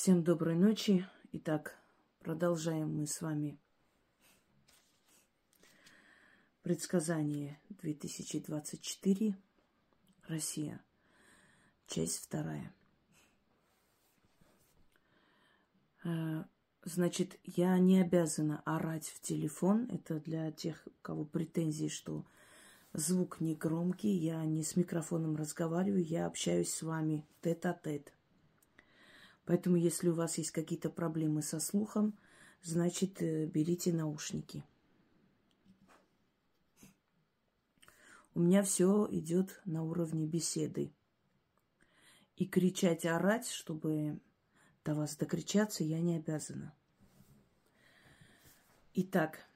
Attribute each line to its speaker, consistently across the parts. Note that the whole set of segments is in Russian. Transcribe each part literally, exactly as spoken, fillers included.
Speaker 1: Всем доброй ночи. Итак, продолжаем мы с вами предсказание две тысячи двадцать четыре. Россия. Часть вторая. Значит, я не обязана орать в телефон. Это для тех, у кого претензии, что звук не громкий. Я не с микрофоном разговариваю, я общаюсь с вами тет-а-тет. Поэтому, если у вас есть какие-то проблемы со слухом, значит, берите наушники. У меня все идет на уровне беседы. И кричать, орать, чтобы до вас докричаться, я не обязана. Итак,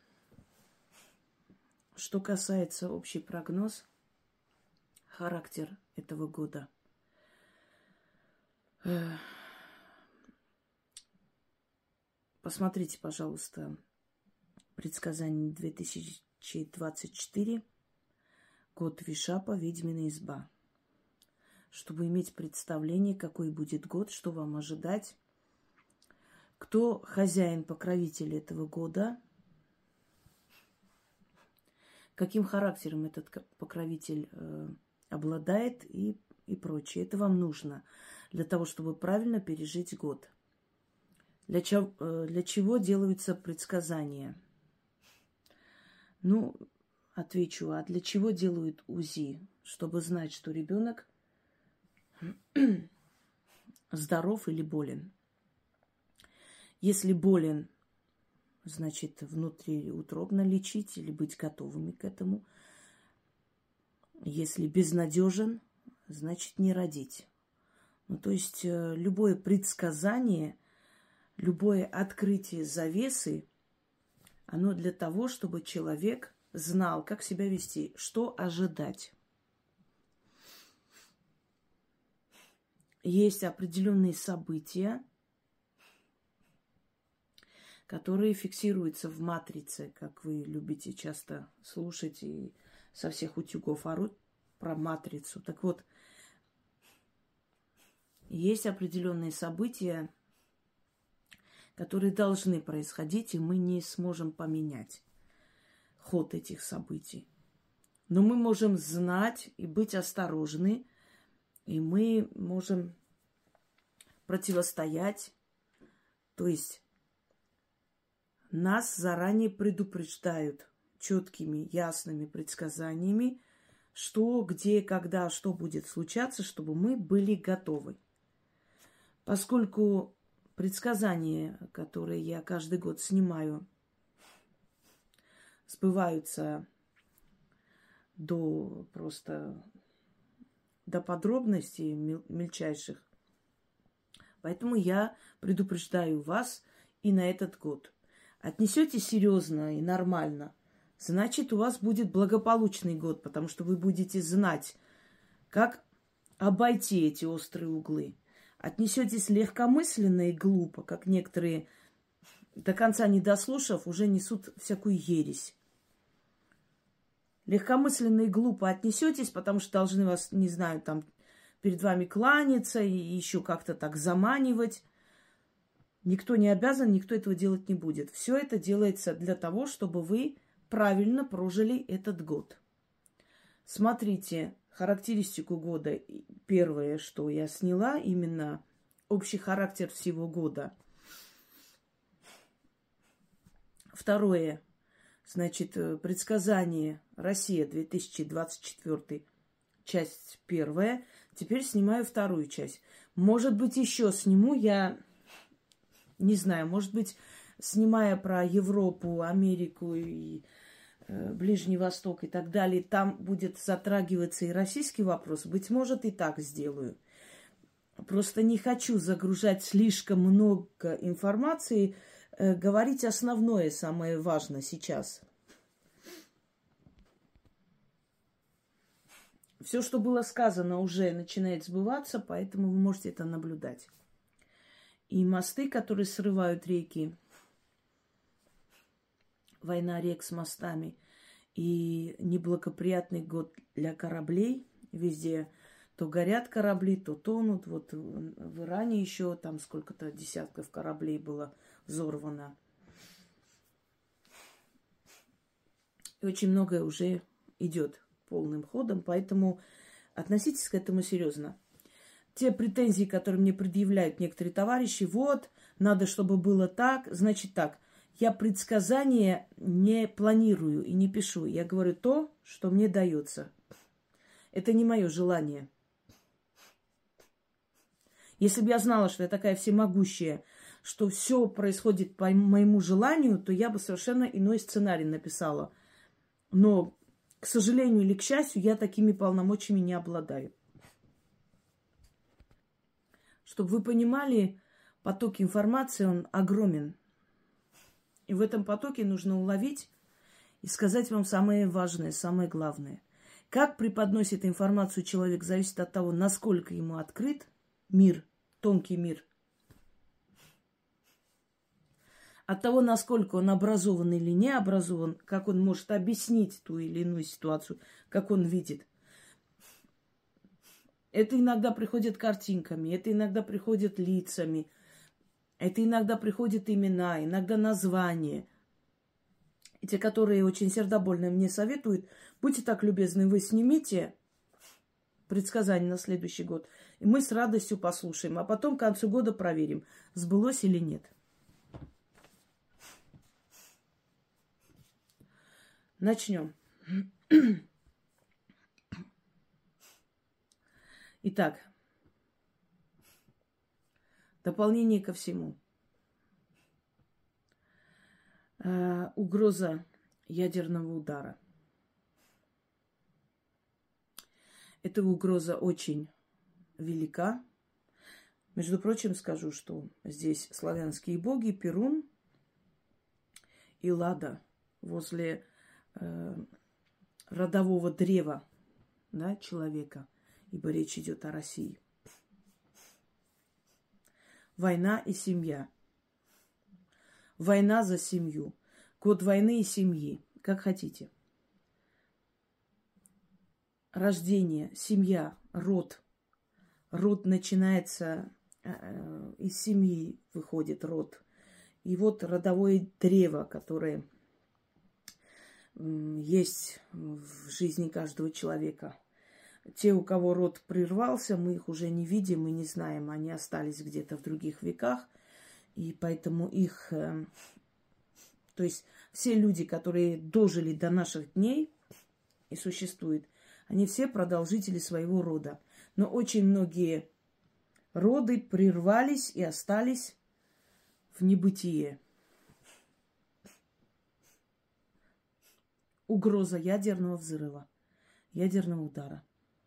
Speaker 1: что касается общий прогноз, характер этого года. Посмотрите, пожалуйста, предсказание две тысячи двадцать четыре, год Вишапа, ведьмина изба. Чтобы иметь представление, какой будет год, что вам ожидать, кто хозяин-покровитель этого года, каким характером этот покровитель э, обладает и, и прочее. Это вам нужно для того, чтобы правильно пережить год. Для чего, для чего делаются предсказания? Ну, отвечу, а для чего делают УЗИ? Чтобы знать, что ребенок здоров или болен. Если болен, значит, внутриутробно лечить или быть готовыми к этому. Если безнадежен, значит, не родить. Ну, то есть, любое предсказание, любое открытие завесы, оно для того, чтобы человек знал, как себя вести, что ожидать. Есть определенные события, которые фиксируются в матрице, как вы любите часто слушать и со всех утюгов орут про матрицу. Так вот, есть определенные события, которые должны происходить, и мы не сможем поменять ход этих событий. Но мы можем знать и быть осторожны, и мы можем противостоять. То есть нас заранее предупреждают четкими, ясными предсказаниями, что, где, когда, что будет случаться, чтобы мы были готовы. Поскольку предсказания, которые я каждый год снимаю, сбываются до просто до подробностей мельчайших. Поэтому я предупреждаю вас и на этот год. Отнесете серьезно и нормально, значит, у вас будет благополучный год, потому что вы будете знать, как обойти эти острые углы. Отнесетесь легкомысленно и глупо, как некоторые, до конца не дослушав, уже несут всякую ересь. Легкомысленно и глупо отнесетесь, потому что должны вас, не знаю, там перед вами кланяться и еще как-то так заманивать. Никто не обязан, никто этого делать не будет. Все это делается для того, чтобы вы правильно прожили этот год. Смотрите характеристику года. Первое, что я сняла, именно общий характер всего года. Второе, значит, предсказание Россия две тысячи двадцать четыре, часть первая. Теперь снимаю вторую часть. Может быть, еще сниму, я не знаю, может быть, снимая про Европу, Америку и Ближний Восток и так далее, там будет затрагиваться и российский вопрос. Быть может, и так сделаю. Просто не хочу загружать слишком много информации. Э, говорить основное, самое важное сейчас. Все, что было сказано, уже начинает сбываться, поэтому вы можете это наблюдать. И мосты, которые срывают реки, война рек с мостами, и неблагоприятный год для кораблей везде, То горят корабли, то тонут. Вот в Иране еще там сколько-то десятков кораблей было взорвано. И очень многое уже идет полным ходом, поэтому относитесь к этому серьезно. Те претензии, которые мне предъявляют некоторые товарищи, вот, надо, чтобы было так, значит так. Я предсказания не планирую и не пишу. Я говорю то, что мне дается. Это не мое желание. Если бы я знала, что я такая всемогущая, что все происходит по моему желанию, то я бы совершенно иной сценарий написала. Но, к сожалению или к счастью, я такими полномочиями не обладаю. Чтобы вы понимали, поток информации, он огромен. И в этом потоке нужно уловить и сказать вам самое важное, самое главное. Как преподносит информацию человек, зависит от того, насколько ему открыт мир, тонкий мир. От того, насколько он образован или не образован, как он может объяснить ту или иную ситуацию, как он видит. Это иногда приходит картинками, это иногда приходит лицами, это иногда приходят имена, иногда названия. И те, которые очень сердобольно мне советуют, будьте так любезны, вы снимите предсказание на следующий год, и мы с радостью послушаем, а потом к концу года проверим, сбылось или нет. Начнем. Итак, дополнение ко всему. Э, угроза ядерного удара. Эта угроза очень велика. Между прочим, скажу, что здесь славянские боги, Перун и Лада возле э, родового древа, да, человека, ибо речь идет о России. Война и семья. Война за семью. Год войны и семьи. Как хотите. Рождение, семья, род. Род начинается, э, из семьи выходит род. И вот родовое древо, которое э, есть в жизни каждого человека. Те, у кого род прервался, мы их уже не видим и не знаем. Они остались где-то в других веках. И поэтому их... Э, то есть все люди, которые дожили до наших дней и существуют, они все продолжители своего рода. Но очень многие роды прервались и остались в небытие. Угроза ядерного взрыва, ядерного удара.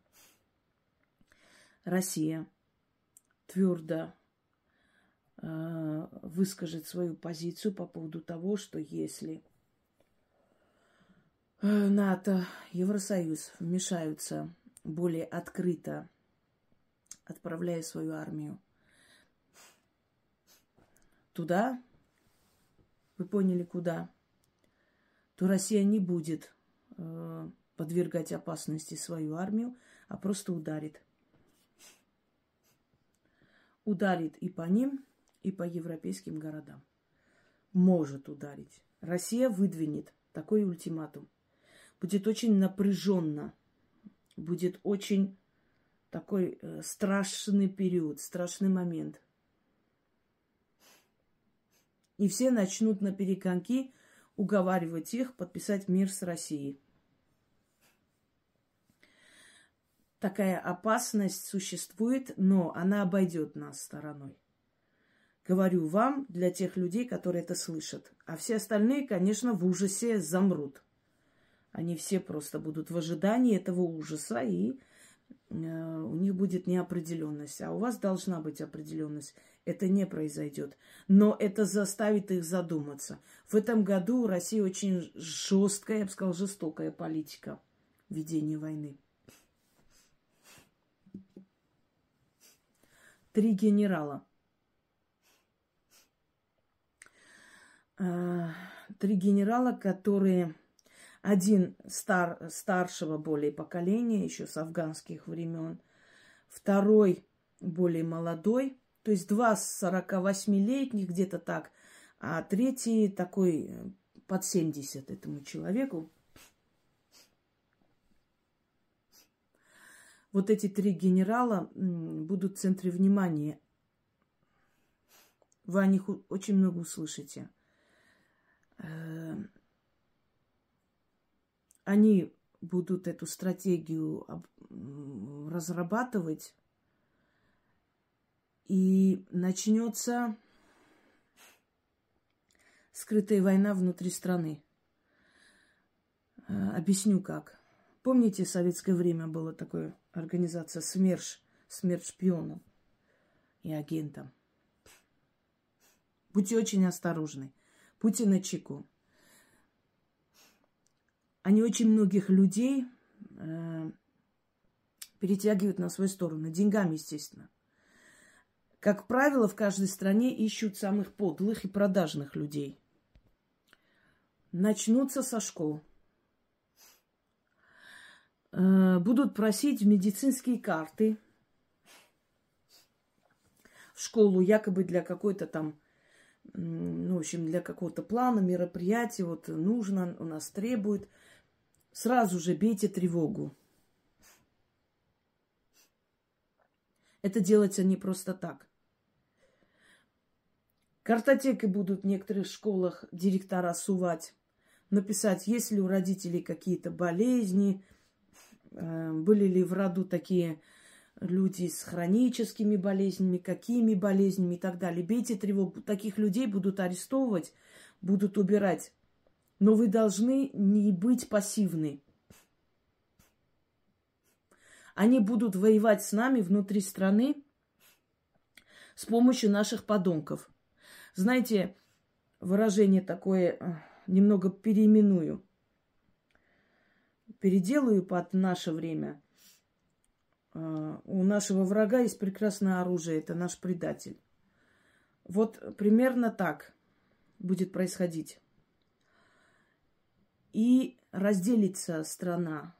Speaker 1: Россия твердо э, выскажет свою позицию по поводу того, что если НАТО, Евросоюз вмешаются более открыто, отправляя свою армию туда, вы поняли, куда, то Россия не будет э, подвергать опасности свою армию, а просто ударит. Ударит и по ним, и по европейским городам. Может ударить. Россия выдвинет такой ультиматум. Будет очень напряженно. Будет очень такой э, страшный период, страшный момент. И все начнут на перегонки уговаривать их подписать мир с Россией. Такая опасность существует, но она обойдет нас стороной. Говорю вам, для тех людей, которые это слышат. А все остальные, конечно, в ужасе замрут. Они все просто будут в ожидании этого ужаса, и э, у них будет неопределенность. А у вас должна быть определенность. Это не произойдет. Но это заставит их задуматься. В этом году у России очень жесткая, я бы сказала, жестокая политика ведения войны. Три генерала. Три генерала, которые... Один стар, старшего более поколения, еще с афганских времен, второй более молодой, то есть два сорокавосьмилетних где-то так, а третий такой под семьдесят этому человеку. Вот эти три генерала будут в центре внимания. Вы о них очень много услышите. Они будут эту стратегию разрабатывать, и начнется скрытая война внутри страны. Объясню как. Помните, в советское время была такая организация СМЕРШ, смерть шпионам и агентам. Будьте очень осторожны, будьте начеку. Они очень многих людей э, перетягивают на свою сторону, деньгами, естественно. Как правило, в каждой стране ищут самых подлых и продажных людей. Начнутся со школ. Э, будут просить медицинские карты в школу, якобы для какой-то там, ну, в общем, для какого-то плана, мероприятия, вот нужно, у нас требует. Сразу же бейте тревогу. Это делается не просто так. Картотеки будут в некоторых школах директора сувать, написать, есть ли у родителей какие-то болезни, были ли в роду такие люди с хроническими болезнями, какими болезнями и так далее. Бейте тревогу. Таких людей будут арестовывать, будут убирать. Но вы должны не быть пассивны. Они будут воевать с нами внутри страны с помощью наших подонков. Знаете, выражение такое, немного переименую, переделаю под наше время. У нашего врага есть прекрасное оружие, это наш предатель. Вот примерно так будет происходить. И разделится страна.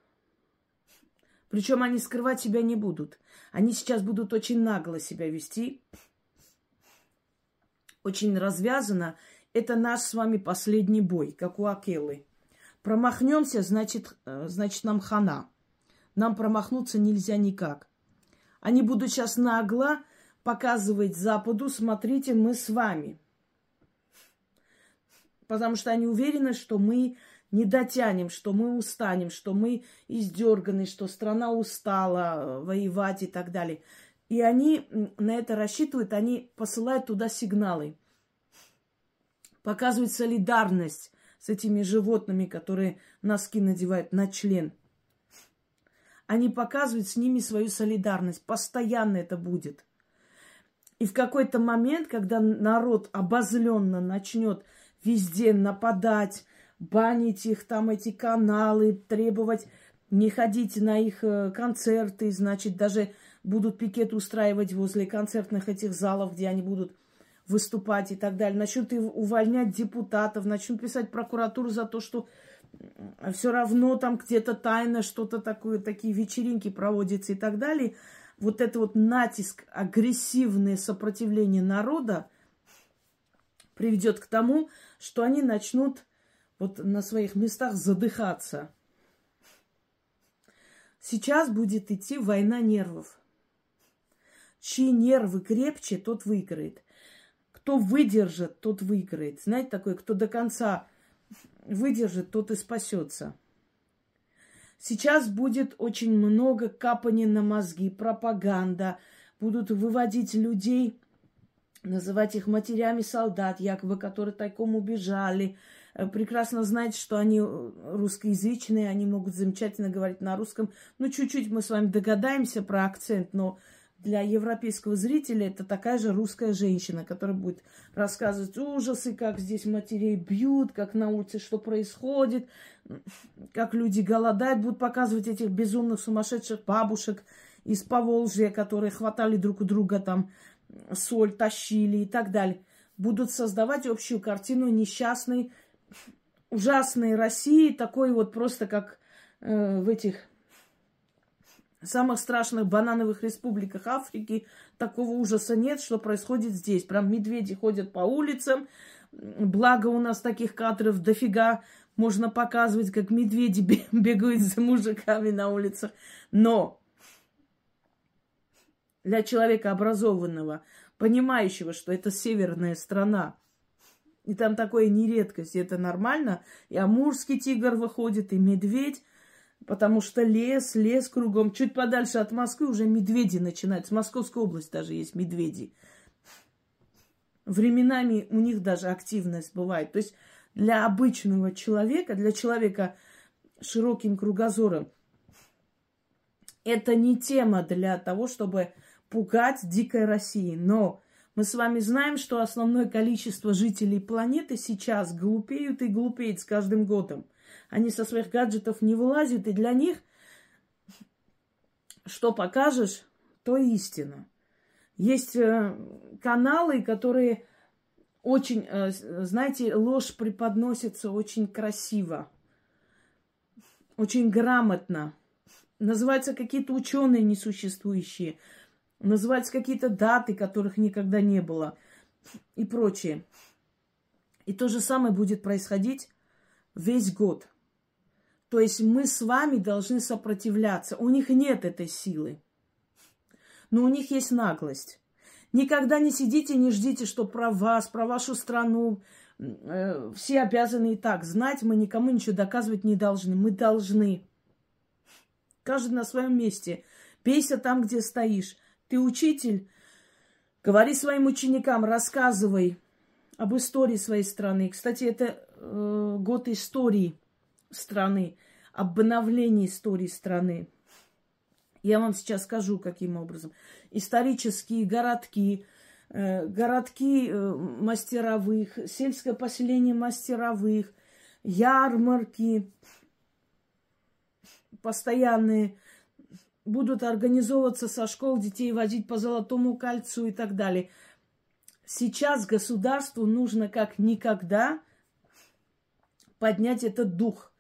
Speaker 1: Причем они скрывать себя не будут. Они сейчас будут очень нагло себя вести. Очень развязано. Это наш с вами последний бой, как у Акелы. Промахнемся, значит, значит нам хана. Нам промахнуться нельзя никак. Они будут сейчас нагло показывать Западу, смотрите, мы с вами. Потому что они уверены, что мы не дотянем, что мы устанем, что мы издерганы, что страна устала воевать и так далее. И они на это рассчитывают, они посылают туда сигналы. Показывают солидарность с этими животными, которые носки надевают на член. Они показывают с ними свою солидарность. Постоянно это будет. И в какой-то момент, когда народ обозленно начнет везде нападать, банить их, там эти каналы, требовать не ходить на их концерты, значит, даже будут пикет устраивать возле концертных этих залов, где они будут выступать и так далее. Начнут увольнять депутатов, начнут писать прокуратуру за то, что все равно там где-то тайно что-то такое, такие вечеринки проводятся и так далее. Вот это вот натиск, агрессивное сопротивление народа приведет к тому, что они начнут вот на своих местах задыхаться. Сейчас будет идти война нервов. Чьи нервы крепче, тот выиграет. Кто выдержит, тот выиграет. Знаете, такое, кто до конца выдержит, тот и спасется. Сейчас будет очень много капаний на мозги, пропаганда. Будут выводить людей, называть их матерями солдат, якобы, которые тайком убежали. Прекрасно знаете, что они русскоязычные, они могут замечательно говорить на русском. Ну, чуть-чуть мы с вами догадаемся про акцент, но для европейского зрителя это такая же русская женщина, которая будет рассказывать ужасы, как здесь матерей бьют, как на улице что происходит, как люди голодают. Будут показывать этих безумных сумасшедших бабушек из Поволжья, которые хватали друг у друга там соль, тащили и так далее. Будут создавать общую картину несчастной, ужасной России, такой вот просто как э, в этих В самых страшных банановых республиках Африки такого ужаса нет, что происходит здесь. Прям медведи ходят по улицам. Благо у нас таких кадров дофига. Можно показывать, как медведи бегают за мужиками на улицах. Но для человека образованного, понимающего, что это северная страна, и там такое не редкость, и это нормально, и амурский тигр выходит, и медведь, потому что лес, лес кругом. Чуть подальше от Москвы уже медведи начинают. В Московской области даже есть медведи. Временами у них даже активность бывает. То есть для обычного человека, для человека с широким кругозором, это не тема для того, чтобы пугать дикой России. Но мы с вами знаем, что основное количество жителей планеты сейчас глупеют и глупеют с каждым годом. Они со своих гаджетов не вылазят, и для них, что покажешь, то истина. Есть э, каналы, которые очень, э, знаете, ложь преподносится очень красиво, очень грамотно. Называются какие-то ученые несуществующие, называются какие-то даты, которых никогда не было и прочее. И то же самое будет происходить весь год. То есть мы с вами должны сопротивляться. У них нет этой силы, но у них есть наглость. Никогда не сидите, не ждите, что про вас, про вашу страну э, все обязаны и так знать. Мы никому ничего доказывать не должны. Мы должны. Каждый на своем месте. Пейся там, где стоишь. Ты учитель. Говори своим ученикам, рассказывай об истории своей страны. Кстати, это э, год истории страны, обновление истории страны. Я вам сейчас скажу, каким образом. Исторические городки, э, городки э, мастеровых, сельское поселение мастеровых, ярмарки постоянные, будут организовываться со школ, детей возить по Золотому кольцу и так далее. Сейчас государству нужно как никогда поднять этот дух.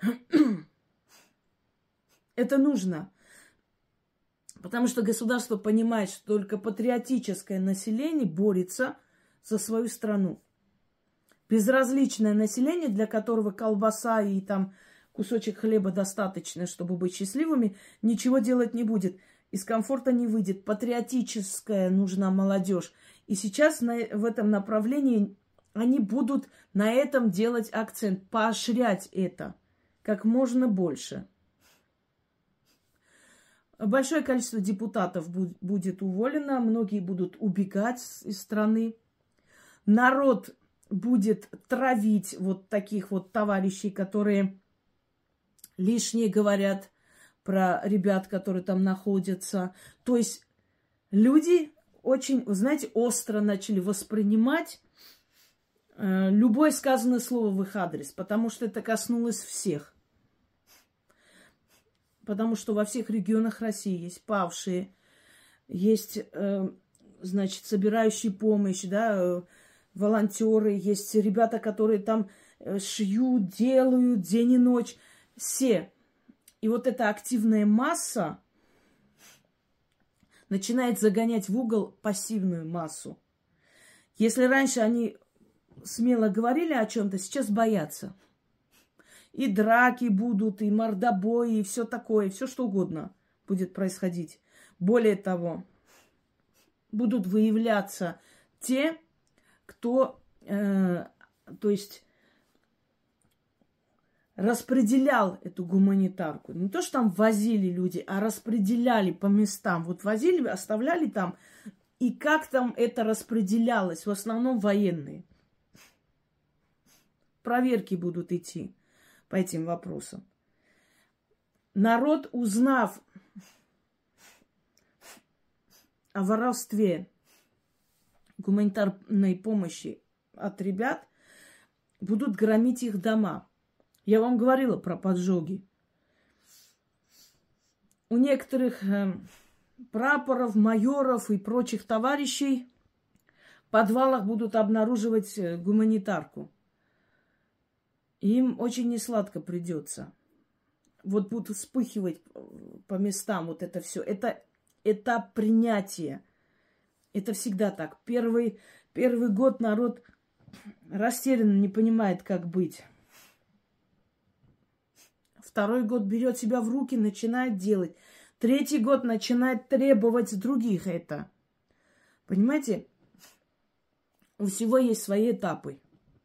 Speaker 1: Это нужно. Потому что государство понимает, что только патриотическое население борется за свою страну. Безразличное население, для которого колбаса и там кусочек хлеба достаточно, чтобы быть счастливыми, ничего делать не будет. Из комфорта не выйдет. Патриотическая нужна молодежь. И сейчас на, в этом направлении они будут на этом делать акцент, поощрять это как можно больше. Большое количество депутатов будет уволено, многие будут убегать из страны. Народ будет травить вот таких вот товарищей, которые лишнее говорят про ребят, которые там находятся. То есть люди очень, знаете, остро начали воспринимать э, любое сказанное слово в их адрес, потому что это коснулось всех. Потому что во всех регионах России есть павшие, есть, э, значит, собирающие помощь, да, э, волонтеры, есть ребята, которые там э, шьют, делают день и ночь. Все. И вот эта активная масса начинает загонять в угол пассивную массу. Если раньше они смело говорили о чем-то, сейчас боятся. И драки будут, и мордобои, и все такое, все что угодно будет происходить. Более того, будут выявляться те, кто, э, то есть, распределял эту гуманитарку. Не то, что там возили люди, а распределяли по местам. Вот возили, оставляли там. И как там это распределялось? В основном военные. Проверки будут идти по этим вопросам. Народ, узнав о воровстве гуманитарной помощи от ребят, будут громить их дома. Я вам говорила про поджоги. У некоторых э, прапоров, майоров и прочих товарищей в подвалах будут обнаруживать гуманитарку. Им очень несладко придется. вот будут вспыхивать по местам вот это все. Это этап принятия. Это всегда так. Первый, первый год народ растерян, не понимает, как быть. Второй год берет себя в руки, начинает делать. Третий год начинает требовать с других это. Понимаете? У всего есть свои этапы.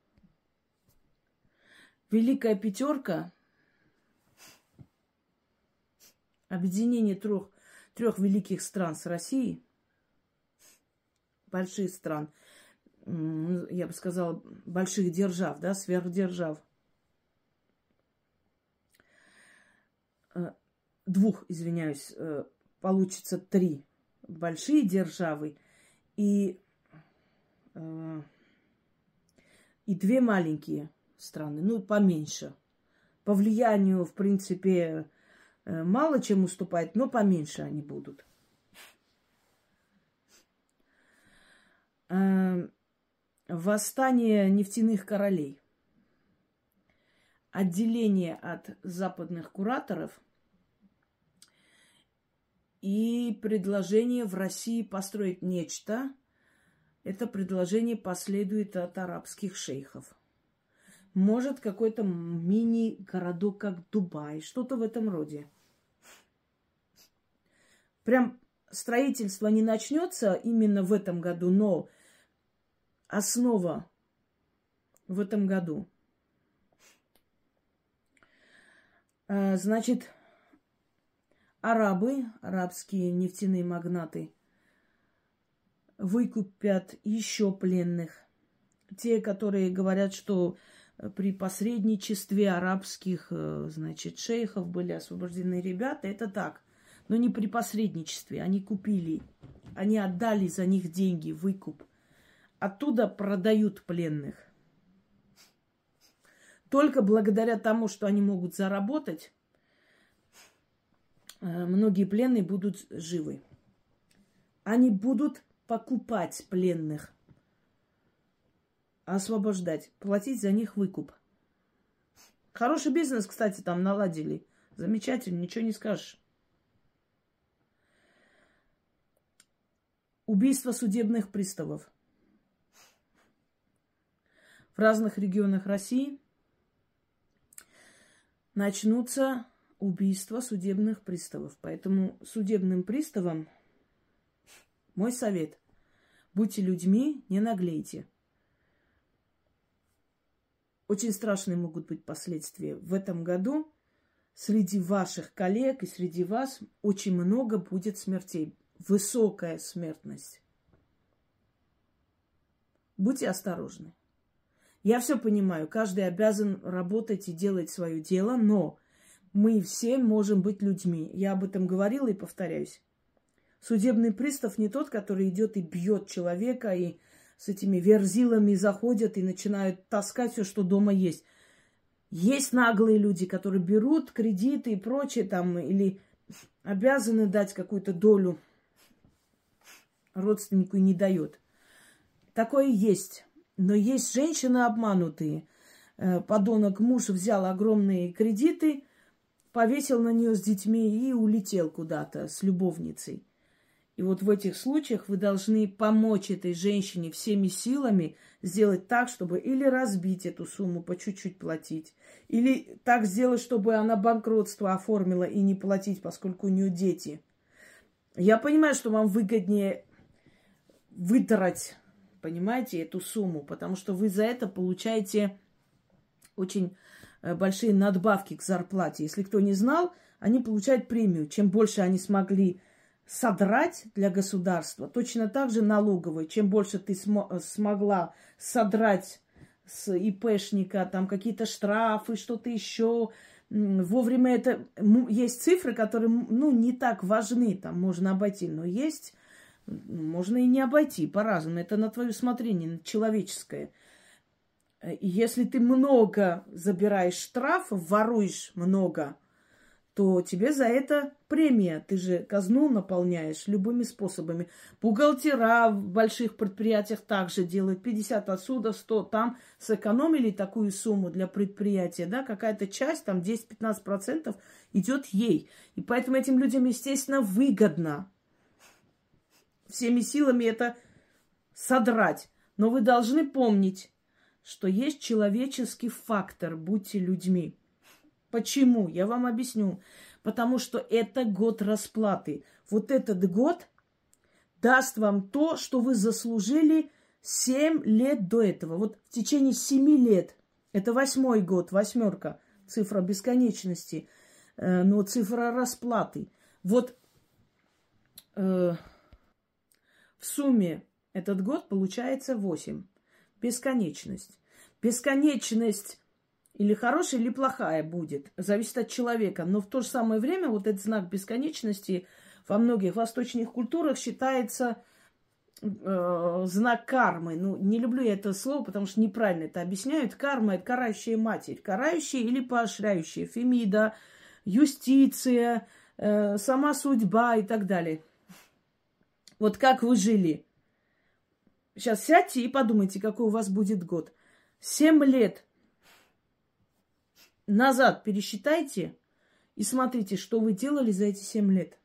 Speaker 1: Великая пятерка, объединение трех, трех великих стран с Россией, больших стран, я бы сказала, больших держав, да, сверхдержав, двух, извиняюсь, получится три большие державы и, и две маленькие страны, ну, поменьше. По влиянию, в принципе, мало чем уступает, но поменьше они будут. Восстание нефтяных королей. Отделение от западных кураторов и предложение в России построить нечто. Это предложение последует от арабских шейхов. Может, какой-то мини-городок, как Дубай, что-то в этом роде. Прям строительство не начнется именно в этом году, но основа в этом году. Значит, арабы, арабские нефтяные магнаты выкупят еще пленных. Те, которые говорят, что при посредничестве арабских, значит, шейхов были освобождены ребята, это так. Но не при посредничестве. Они купили, они отдали за них деньги, выкуп. Оттуда продают пленных. Только благодаря тому, что они могут заработать, многие пленные будут живы. Они будут покупать пленных, освобождать, платить за них выкуп. Хороший бизнес, кстати, там наладили. Замечательно, ничего не скажешь. Убийство судебных приставов. В разных регионах России начнутся убийства судебных приставов. Поэтому судебным приставам мой совет. Будьте людьми, не наглейте. Очень страшные могут быть последствия. В этом году среди ваших коллег и среди вас очень много будет смертей. Высокая смертность. Будьте осторожны. Я все понимаю, каждый обязан работать и делать свое дело, но мы все можем быть людьми. Я об этом говорила и повторяюсь. Судебный пристав не тот, который идет и бьет человека, и с этими верзилами заходят и начинают таскать все, что дома есть. Есть наглые люди, которые берут кредиты и прочее, там, или обязаны дать какую-то долю родственнику и не дает. Такое есть. Но есть женщины обманутые. Подонок муж взял огромные кредиты, повесил на нее с детьми и улетел куда-то с любовницей. И вот в этих случаях вы должны помочь этой женщине всеми силами сделать так, чтобы или разбить эту сумму, по чуть-чуть платить, или так сделать, чтобы она банкротство оформила и не платить, поскольку у нее дети. Я понимаю, что вам выгоднее выдрать, понимаете, эту сумму, потому что вы за это получаете очень большие надбавки к зарплате. Если кто не знал, они получают премию. Чем больше они смогли содрать для государства, точно так же налоговые. Чем больше ты см- смогла содрать с ИПшника, там какие-то штрафы, что-то еще. Вовремя это... Есть цифры, которые, ну, не так важны, там можно обойти, но есть... Можно и не обойти по-разному. Это на твое усмотрение, человеческое. И если ты много забираешь штрафов, воруешь много, то тебе за это премия. Ты же казну наполняешь любыми способами. Бухгалтера в больших предприятиях также делают пятьдесят отсюда, сто там. Сэкономили такую сумму для предприятия, да, какая-то часть, там десять-пятнадцать процентов идет ей. И поэтому этим людям, естественно, выгодно всеми силами это содрать. Но вы должны помнить, что есть человеческий фактор. Будьте людьми. Почему? Я вам объясню. Потому что это год расплаты. Вот этот год даст вам то, что вы заслужили семь лет до этого. Вот в течение семи лет. Это восьмой год, восьмерка. Цифра бесконечности. Э, но цифра расплаты. Вот э, в сумме этот год получается восемь. Бесконечность. Бесконечность или хорошая, или плохая будет. Зависит от человека. Но в то же самое время вот этот знак бесконечности во многих восточных культурах считается э, знак кармы. Ну, не люблю я это слово, потому что неправильно это объясняют. Карма – это карающая матерь. Карающая или поощряющая. Фемида, юстиция, э, сама судьба и так далее. Вот как вы жили. Сейчас сядьте и подумайте, какой у вас будет год. Семь лет назад пересчитайте и смотрите, что вы делали за эти семь лет.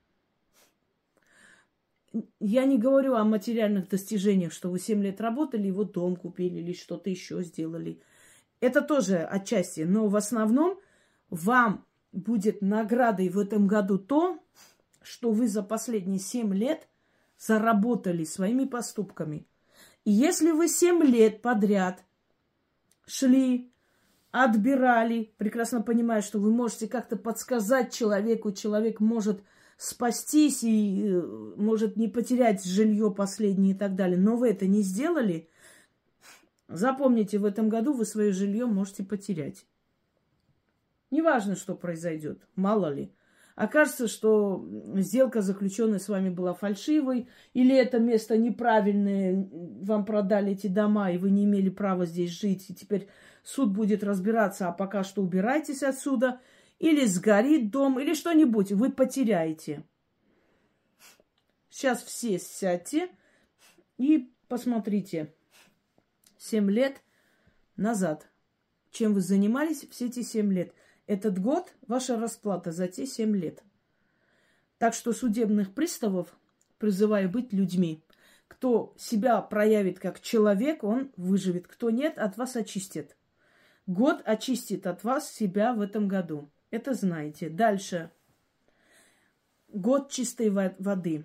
Speaker 1: Я не говорю о материальных достижениях, что вы семь лет работали, и вот дом купили или что-то еще сделали. Это тоже отчасти, но в основном вам будет наградой в этом году то, что вы за последние семь лет заработали своими поступками. И если вы семь лет подряд шли, отбирали, прекрасно понимая, что вы можете как-то подсказать человеку, человек может спастись и э, может не потерять жилье последнее и так далее, но вы это не сделали, запомните, в этом году вы свое жилье можете потерять. Неважно, что произойдет, мало ли. Окажется, что сделка, заключенная с вами, была фальшивой, или это место неправильное, вам продали эти дома, и вы не имели права здесь жить, и теперь суд будет разбираться, а пока что убирайтесь отсюда, или сгорит дом, или что-нибудь, вы потеряете. Сейчас все сядьте и посмотрите семь лет назад, чем вы занимались все эти семь лет. Этот год – ваша расплата за те семь лет. Так что судебных приставов призываю быть людьми. Кто себя проявит как человек, он выживет. Кто нет, от вас очистит. Год очистит от вас себя в этом году. Это знаете. Дальше. Год чистой воды.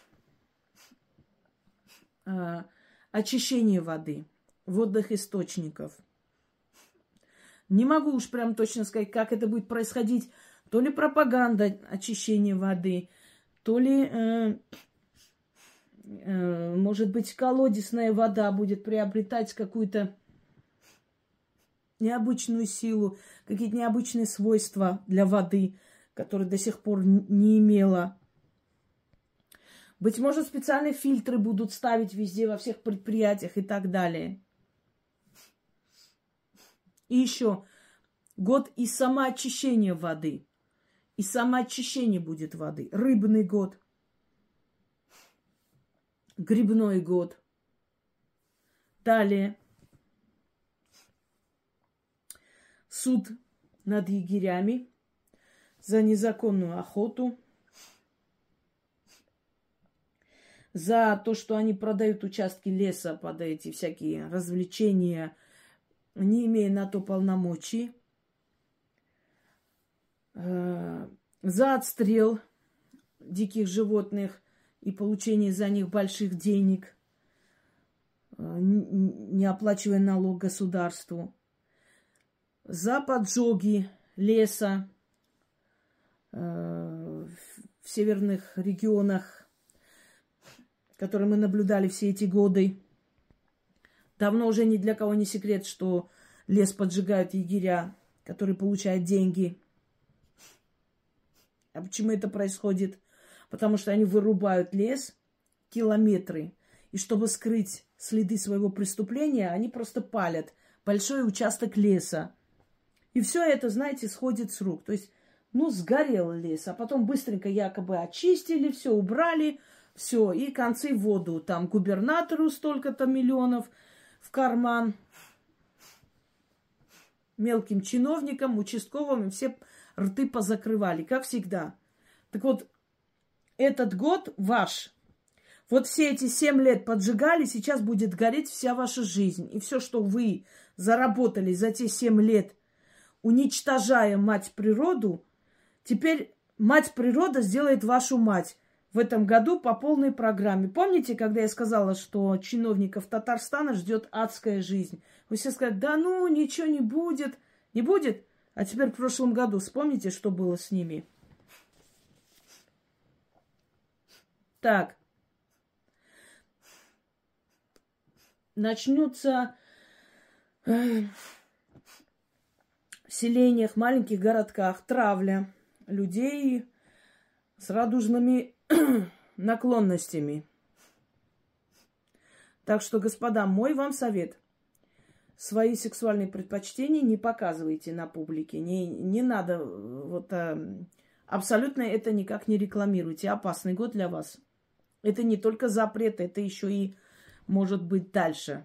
Speaker 1: Очищение воды. Водных источников. Не могу уж прям точно сказать, как это будет происходить. То ли пропаганда очищения воды, то ли, э, э, может быть, колодезная вода будет приобретать какую-то необычную силу, какие-то необычные свойства для воды, которые до сих пор не имела. Быть может, специальные фильтры будут ставить везде, во всех предприятиях и так далее. И еще год и самоочищения воды. И самоочищение будет воды. Рыбный год. Грибной год. Далее. Суд над егерями за незаконную охоту. За то, что они продают участки леса под эти всякие развлечения, не имея на то полномочий, за отстрел диких животных и получение за них больших денег, не оплачивая налог государству, за поджоги леса в северных регионах, которые мы наблюдали все эти годы. Давно уже ни для кого не секрет, что лес поджигают егеря, которые получают деньги. А почему это происходит? Потому что они вырубают лес километры. И чтобы скрыть следы своего преступления, они просто палят большой участок леса. И все это, знаете, сходит с рук. То есть, ну, сгорел лес, а потом быстренько якобы очистили, все убрали, все, и концы в воду. Там губернатору столько-то миллионов в карман, мелким чиновникам, участковым, и все рты позакрывали, как всегда. Так вот, этот год ваш. Вот все эти семь лет поджигали, сейчас будет гореть вся ваша жизнь. И все, что вы заработали за те семь лет, уничтожая мать природу, теперь мать природа сделает вашу мать в этом году по полной программе. Помните, когда я сказала, что чиновников Татарстана ждет адская жизнь? Вы все сказали, да ну, ничего не будет. Не будет? А теперь в прошлом году вспомните, что было с ними. Так. Начнутся э, в селениях, маленьких городках травля людей с радужными наклонностями. Так что, господа, мой вам совет. Свои сексуальные предпочтения не показывайте на публике. Не, не надо, вот, а, абсолютно это никак не рекламируйте. Опасный год для вас. Это не только запрет, это еще и может быть дальше.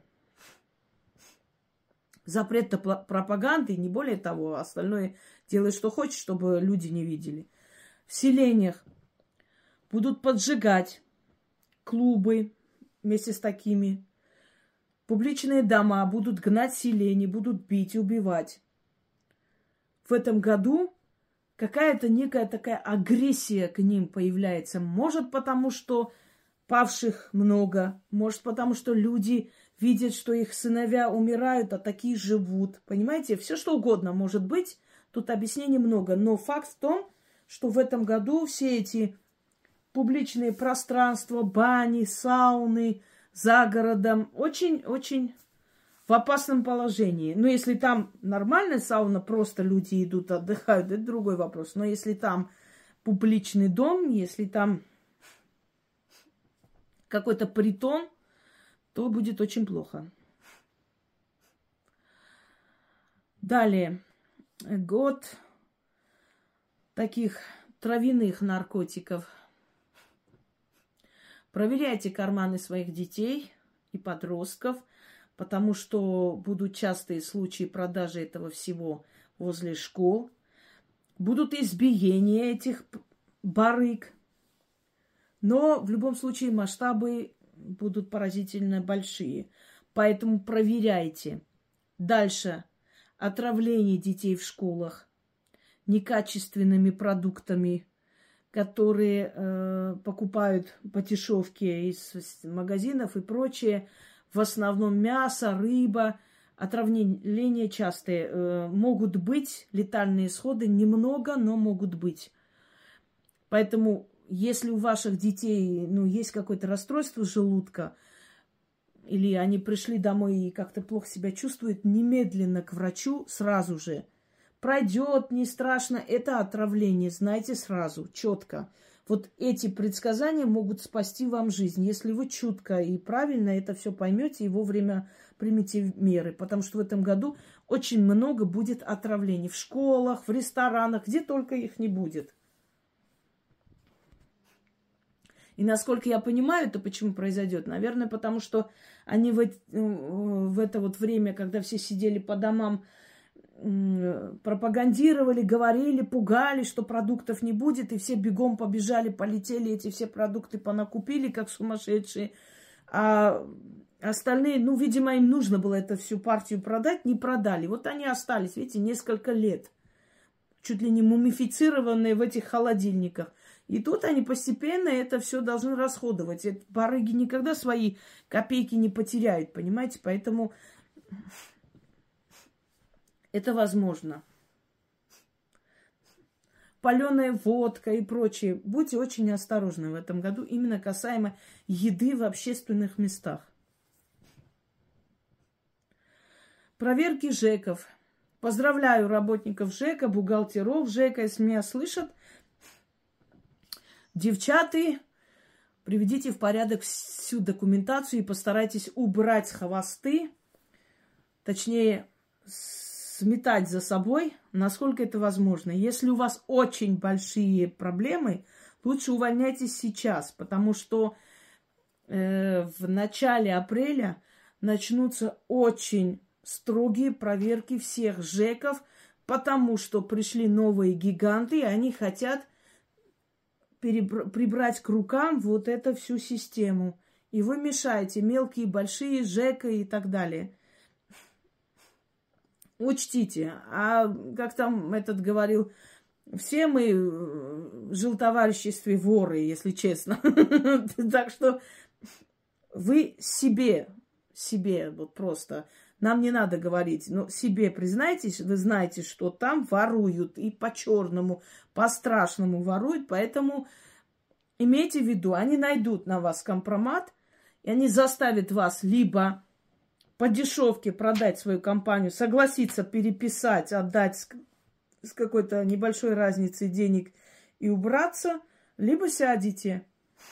Speaker 1: Запрет пропаганды, не более того. Остальное делай, что хочешь, чтобы люди не видели. В селениях будут поджигать клубы вместе с такими. Публичные дома будут гнать селение, будут бить и убивать. В этом году какая-то некая такая агрессия к ним появляется. Может, потому что павших много. Может, потому что люди видят, что их сыновья умирают, а такие живут. Понимаете? Все что угодно может быть. Тут объяснений много. Но факт в том, что в этом году все эти публичные пространства, бани, сауны за городом очень-очень в опасном положении. Но если там нормальная сауна, просто люди идут, отдыхают, это другой вопрос. Но если там публичный дом, если там какой-то притон, то будет очень плохо. Далее. Год таких травяных наркотиков. Проверяйте карманы своих детей и подростков, потому что будут частые случаи продажи этого всего возле школ. Будут избиения этих барыг. Но в любом случае масштабы будут поразительно большие. Поэтому проверяйте. Дальше. Отравление детей в школах некачественными продуктами, которые э, покупают по дешевке из магазинов и прочее. В основном мясо, рыба. Отравления частые. Э, могут быть летальные исходы. Немного, но могут быть. Поэтому, если у ваших детей ну, есть какое-то расстройство желудка, или они пришли домой и как-то плохо себя чувствуют, немедленно к врачу сразу же. Пройдет, не страшно, это отравление, знайте сразу, четко. Вот эти предсказания могут спасти вам жизнь, если вы чутко и правильно это все поймете и вовремя примите меры. Потому что в этом году очень много будет отравлений в школах, в ресторанах, где только их не будет. И насколько я понимаю, это почему произойдет? Наверное, потому что они в, в это вот время, когда все сидели по домам, пропагандировали, говорили, пугали, что продуктов не будет, и все бегом побежали, полетели, эти все продукты понакупили, как сумасшедшие. А остальные, ну, видимо, им нужно было эту всю партию продать, не продали. Вот они остались, видите, несколько лет, чуть ли не мумифицированные в этих холодильниках. И тут они постепенно это все должны расходовать. Эти барыги никогда свои копейки не потеряют, понимаете? Поэтому это возможно. Паленая водка и прочее. Будьте очень осторожны в этом году, именно касаемо еды в общественных местах. Проверки ЖЭКов. Поздравляю работников ЖЭКа, бухгалтеров ЖЭКа, если меня слышат. Девчата, приведите в порядок всю документацию и постарайтесь убрать хвосты, точнее, сметать за собой, насколько это возможно. Если у вас очень большие проблемы, лучше увольняйтесь сейчас, потому что э, в начале апреля начнутся очень строгие проверки всех ЖЭКов Потому что пришли новые гиганты, и они хотят перебр- прибрать к рукам вот эту всю систему. И вы мешаете мелкие, большие, ЖЭКа и так далее. Учтите. А как там этот говорил, все мы в жилтовариществе воры, если честно. Так что вы себе, себе вот просто, нам не надо говорить, но себе признайтесь, вы знаете, что там воруют и по-черному, по-страшному воруют, поэтому имейте в виду, они найдут на вас компромат, и они заставят вас либо по дешевке продать свою компанию, согласиться переписать, отдать с, с какой-то небольшой разницей денег и убраться, либо сядете.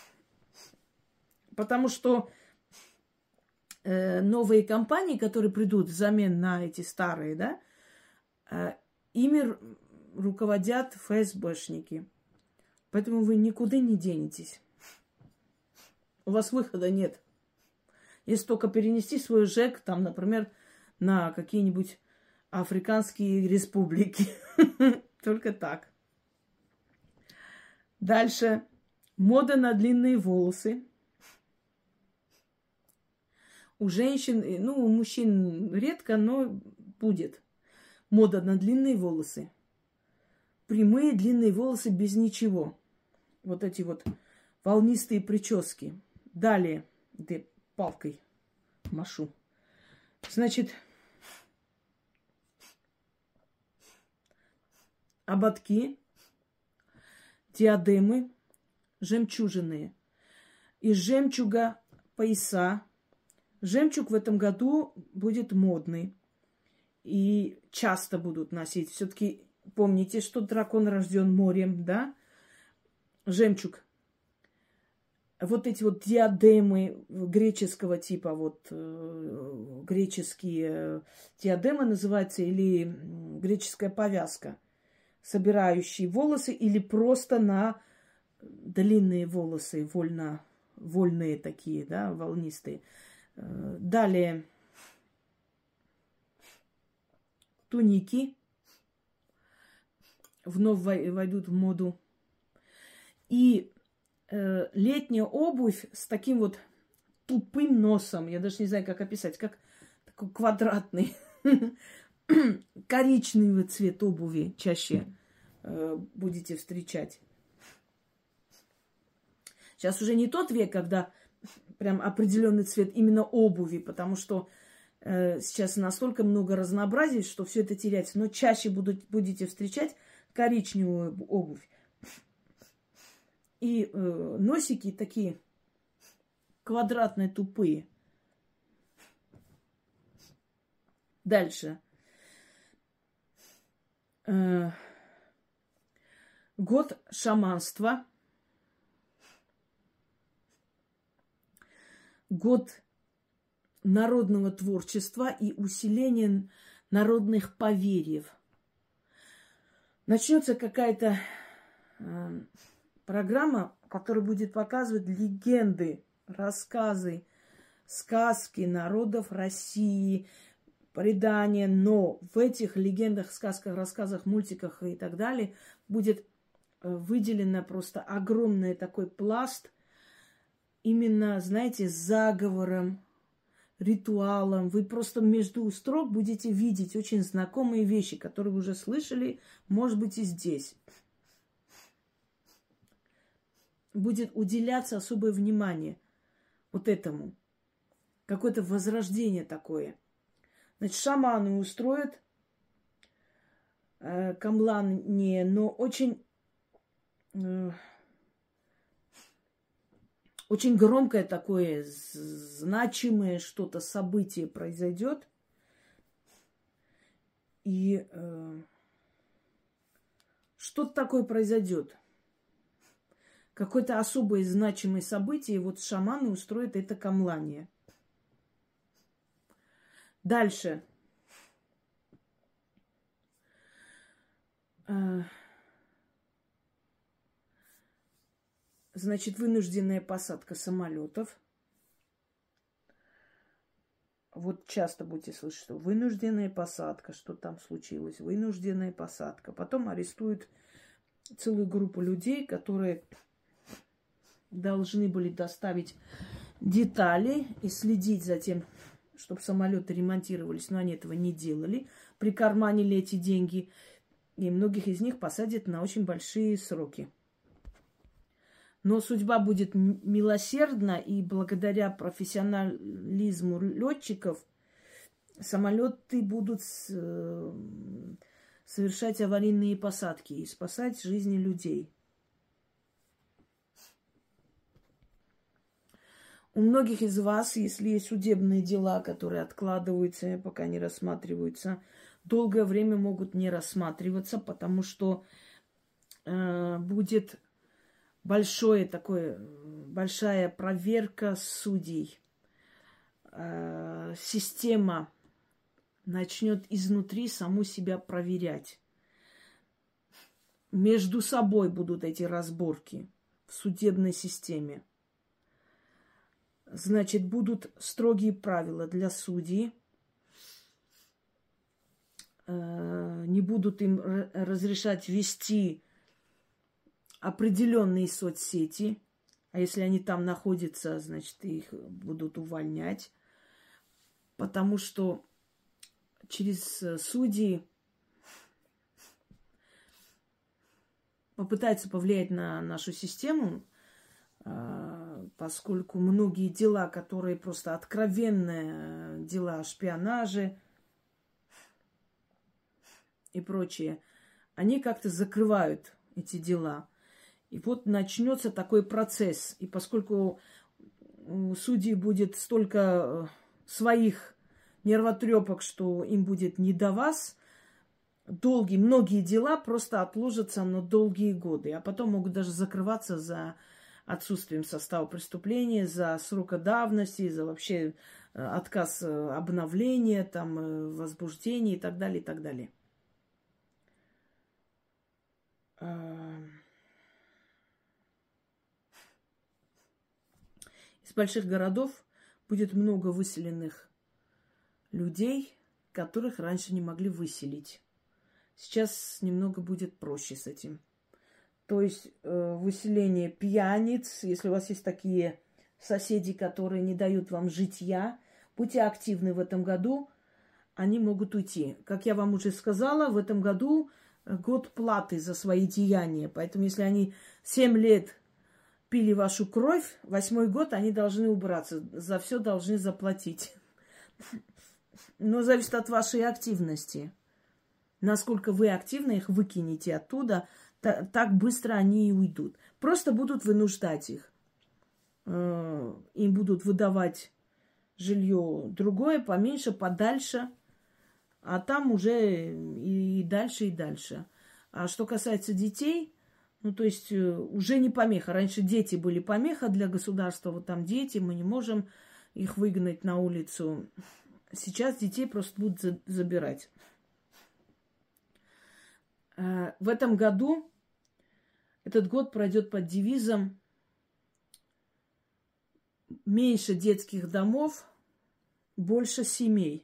Speaker 1: Потому что э, новые компании, которые придут взамен на эти старые, да, э, ими руководят эф эс бэшники. Поэтому вы никуда не денетесь. У вас выхода нет. Если только перенести свой ЖЭК, там, например, на какие-нибудь африканские республики. Только так. Дальше. Мода на длинные волосы. У женщин, ну, у мужчин редко, но будет. Мода на длинные волосы. Прямые длинные волосы без ничего. Вот эти вот волнистые прически. Далее. Где палкой машу. Значит, ободки, диадемы, жемчужины. Из жемчуга пояса. Жемчуг в этом году будет модный. И часто будут носить. Все-таки помните, что дракон рожден морем, да? Жемчуг. Вот эти вот диадемы греческого типа, вот э, греческие диадемы называются, или греческая повязка, собирающие волосы, или просто на длинные волосы, вольно, вольные такие, да, волнистые. Далее туники вновь войдут в моду. И э, летняя обувь с таким вот тупым носом, я даже не знаю, как описать, как такой квадратный, коричневый цвет обуви чаще э, будете встречать. Сейчас уже не тот век, когда прям определенный цвет именно обуви, потому что э, сейчас настолько много разнообразия, что все это теряется. Но чаще будут, будете встречать коричневую обувь. И э, носики такие квадратные, тупые. Дальше. Э, год шаманства. Год народного творчества и усиления народных поверьев. Начнется какая-то э, программа, которая будет показывать легенды, рассказы, сказки народов России, предания. Но в этих легендах, сказках, рассказах, мультиках и так далее будет выделено просто огромный такой пласт именно, знаете, с заговором, ритуалом. Вы просто между строк будете видеть очень знакомые вещи, которые вы уже слышали, может быть, и здесь. Будет уделяться особое внимание вот этому. Какое-то возрождение такое. Значит, шаманы устроят э, камлание, но очень... Э, Очень громкое такое, значимое что-то, событие произойдет. И э, что-то такое произойдет. Какое-то особое значимое событие. И вот шаманы устроят это камлание. Дальше. Э, Значит, вынужденная посадка самолетов. Вот часто будете слышать, что вынужденная посадка, что там случилось, вынужденная посадка. Потом арестуют целую группу людей, которые должны были доставить детали и следить за тем, чтобы самолеты ремонтировались, но они этого не делали, прикарманили эти деньги, и многих из них посадят на очень большие сроки. Но судьба будет милосердна, и благодаря профессионализму летчиков самолеты будут совершать аварийные посадки и спасать жизни людей. У многих из вас, если есть судебные дела, которые откладываются, пока не рассматриваются, долгое время могут не рассматриваться, потому что э, будет большое такое, большая проверка судей. Э, система начнет изнутри саму себя проверять. Между собой будут эти разборки в судебной системе. Значит, будут строгие правила для судей. Не будут им разрешать вести определенные соцсети. А если они там находятся, значит, их будут увольнять. Потому что через судьи попытаются повлиять на нашу систему, поскольку многие дела, которые просто откровенные дела о шпионаже и прочее, они как-то закрывают эти дела. И вот начнется такой процесс. И поскольку у судей будет столько своих нервотрепок, что им будет не до вас, долгие, многие дела просто отложатся на долгие годы, а потом могут даже закрываться за отсутствием состава преступления, за срока давности, за вообще отказ обновления, там, возбуждения и так далее, и так далее. Из больших городов будет много выселенных людей, которых раньше не могли выселить. Сейчас немного будет проще с этим. То есть э, выселение пьяниц, если у вас есть такие соседи, которые не дают вам житья, будьте активны в этом году, они могут уйти. Как я вам уже сказала, в этом году год платы за свои деяния. Поэтому если они семь лет пили вашу кровь, восьмой год они должны убраться, за все должны заплатить. Но зависит от вашей активности. Насколько вы активно их выкинете оттуда, так быстро они и уйдут. Просто будут вынуждать их. Им будут выдавать жилье другое, поменьше, подальше. А там уже и дальше, и дальше. А что касается детей, ну, то есть уже не помеха. Раньше дети были помеха для государства. Вот там дети, мы не можем их выгнать на улицу. Сейчас детей просто будут забирать. В этом году этот год пройдет под девизом «Меньше детских домов, больше семей».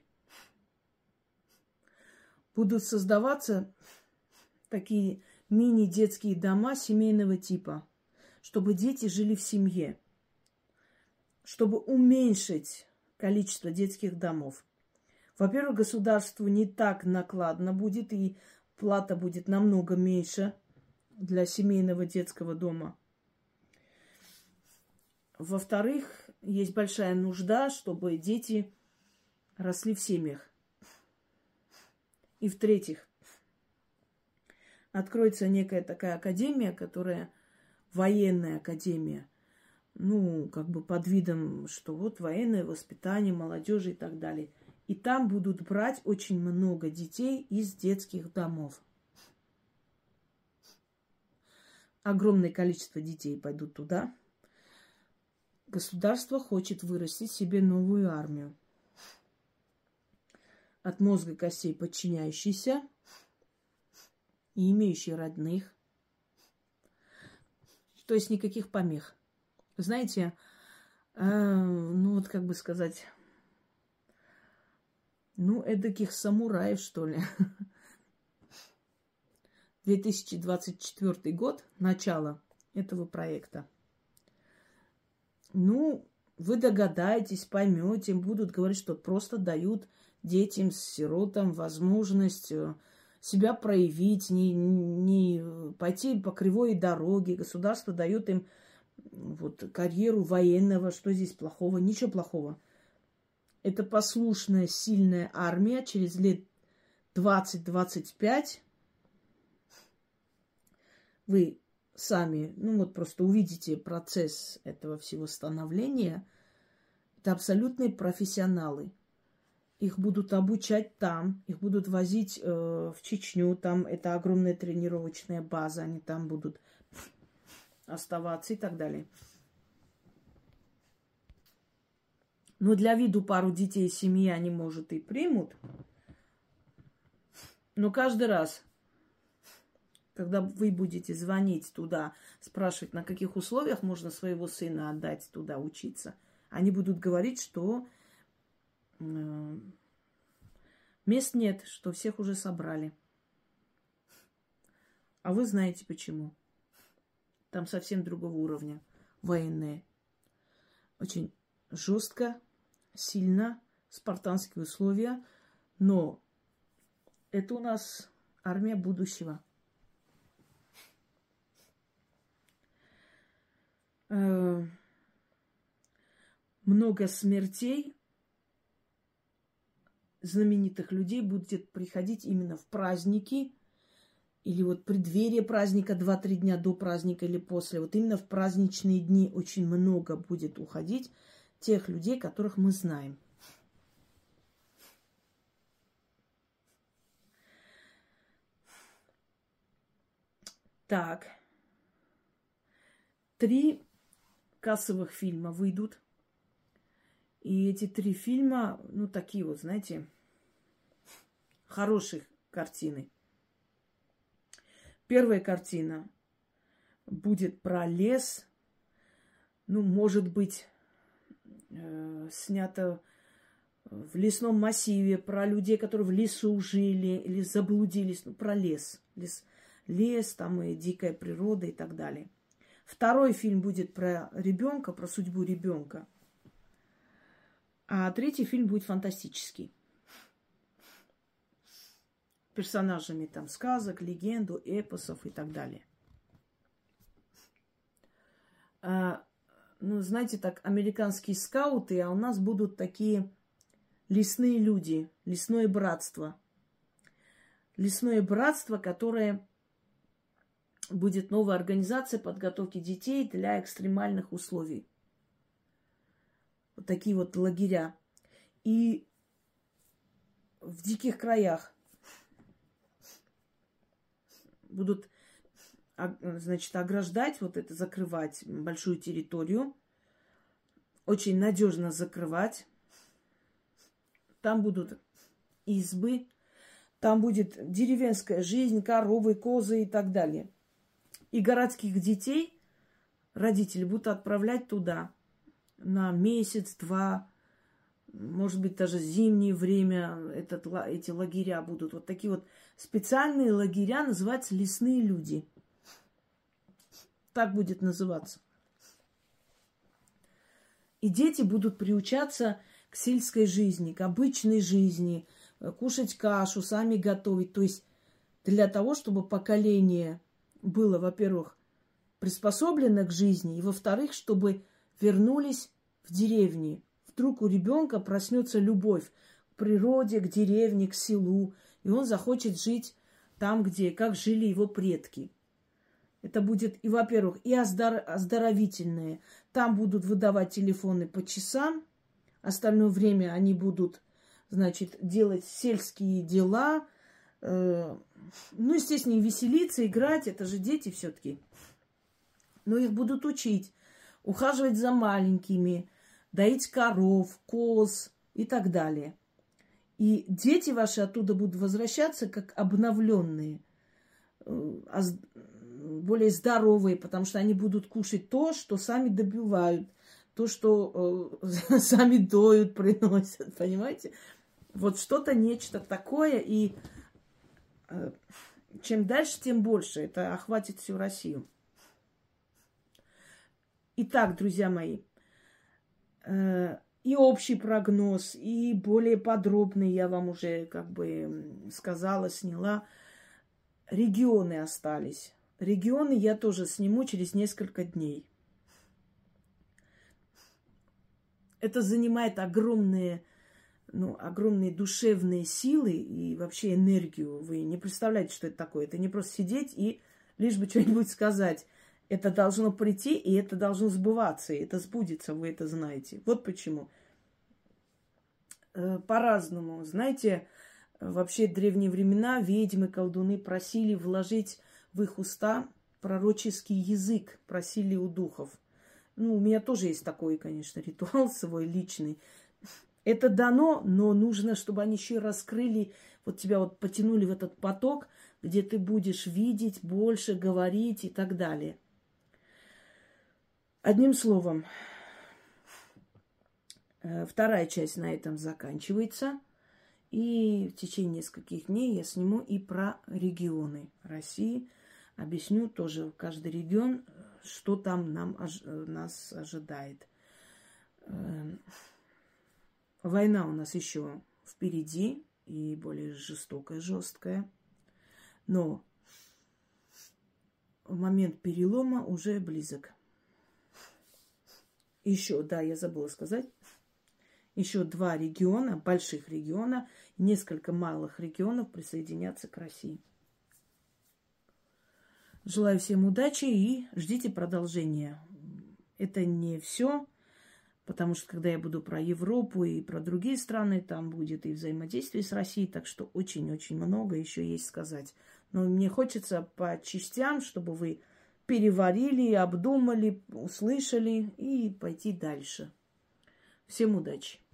Speaker 1: Будут создаваться такие мини-детские дома семейного типа, чтобы дети жили в семье, чтобы уменьшить количество детских домов. Во-первых, государству не так накладно будет, и плата будет намного меньше для семейного детского дома. Во-вторых, есть большая нужда, чтобы дети росли в семьях. И в-третьих, откроется некая такая академия, которая военная академия. Ну, как бы под видом, что вот военное воспитание молодежи и так далее. И там будут брать очень много детей из детских домов. Огромное количество детей пойдут туда. Государство хочет вырастить себе новую армию. От мозга костей подчиняющийся и имеющий родных. То есть никаких помех. Знаете, э, ну вот как бы сказать, Ну, эдаких самураев, что ли. две тысячи двадцать четвёртый год, начало этого проекта. Ну, вы догадаетесь, поймете, будут говорить, что просто дают детям, сиротам возможность себя проявить, не, не пойти по кривой дороге. Государство дает им вот, карьеру военного. Что здесь плохого? Ничего плохого. Это послушная, сильная армия. Через лет двадцать-двадцать пять вы сами, ну вот просто увидите процесс этого всего становления. Это абсолютные профессионалы. Их будут обучать там, их будут возить э, в Чечню, там это огромная тренировочная база, они там будут оставаться и так далее. Но для виду пару детей семьи они, может, и примут. Но каждый раз, когда вы будете звонить туда, спрашивать, на каких условиях можно своего сына отдать туда учиться, они будут говорить, что э, мест нет, что всех уже собрали. А вы знаете почему. Там совсем другого уровня военные. Очень жестко, сильно, спартанские условия. Но это у нас армия будущего. Э, много смертей знаменитых людей будет приходить именно в праздники или вот преддверие праздника, два-три дня до праздника или после. Вот именно в праздничные дни очень много будет уходить тех людей, которых мы знаем. Так. Три кассовых фильма выйдут. И эти три фильма, ну, такие вот, знаете, хорошие картины. Первая картина будет про лес. Ну, может быть, э, снято в лесном массиве, про людей, которые в лесу жили или заблудились. Ну, про лес. Лес, лес там и дикая природа и так далее. Второй фильм будет про ребенка, про судьбу ребенка. А третий фильм будет фантастический. Персонажами там сказок, легенду, эпосов и так далее. А, ну, знаете, так, американские скауты, а у нас будут такие лесные люди, лесное братство. Лесное братство, которое будет новая организация подготовки детей для экстремальных условий. Вот такие вот лагеря. И в диких краях будут, значит, ограждать, вот это закрывать большую территорию. Очень надежно закрывать. Там будут избы. Там будет деревенская жизнь, коровы, козы и так далее. И городских детей родители будут отправлять туда на месяц-два, может быть, даже зимнее время этот, эти лагеря будут. Вот такие вот специальные лагеря называются лесные люди. Так будет называться. И дети будут приучаться к сельской жизни, к обычной жизни, кушать кашу, сами готовить. То есть для того, чтобы поколение было, во-первых, приспособлено к жизни, и, во-вторых, чтобы вернулись в деревни. Вдруг у ребенка проснется любовь к природе, к деревне, к селу, и он захочет жить там, где, как жили его предки. Это будет, и, во-первых, и оздор- оздоровительное. Там будут выдавать телефоны по часам, остальное время они будут, значит, делать сельские дела, э- ну, естественно, и веселиться, играть, это же дети все-таки. Но их будут учить, ухаживать за маленькими, доить коров, коз и так далее. И дети ваши оттуда будут возвращаться как обновленные, более здоровые, потому что они будут кушать то, что сами добивают, то, что э, сами доют, приносят, понимаете? Вот что-то, нечто такое. И э, чем дальше, тем больше. Это охватит всю Россию. Итак, друзья мои, э, и общий прогноз, и более подробный я вам уже как бы сказала, сняла. Регионы остались. Регионы я тоже сниму через несколько дней. Это занимает огромные, ну, огромные душевные силы и вообще энергию. Вы не представляете, что это такое. Это не просто сидеть и лишь бы что-нибудь сказать. Это должно прийти, и это должно сбываться. И это сбудется, вы это знаете. Вот почему. По-разному. Знаете, вообще в древние времена ведьмы, колдуны просили вложить в их уста пророческий язык, просили у духов. Ну, у меня тоже есть такой, конечно, ритуал свой личный. Это дано, но нужно, чтобы они еще раскрыли, вот тебя вот потянули в этот поток, где ты будешь видеть, больше говорить и так далее. Одним словом, вторая часть на этом заканчивается. И в течение нескольких дней я сниму и про регионы России. Объясню тоже каждый регион, что там нам, нас ожидает. Война у нас еще впереди и более жестокая, жесткая. Но момент перелома уже близок. Еще, да, я забыла сказать, еще два региона, больших региона, несколько малых регионов присоединятся к России. Желаю всем удачи и ждите продолжения. Это не все, потому что когда я буду про Европу и про другие страны, там будет и взаимодействие с Россией, так что очень-очень много еще есть сказать. Но мне хочется по частям, чтобы вы переварили, обдумали, услышали и пойти дальше. Всем удачи!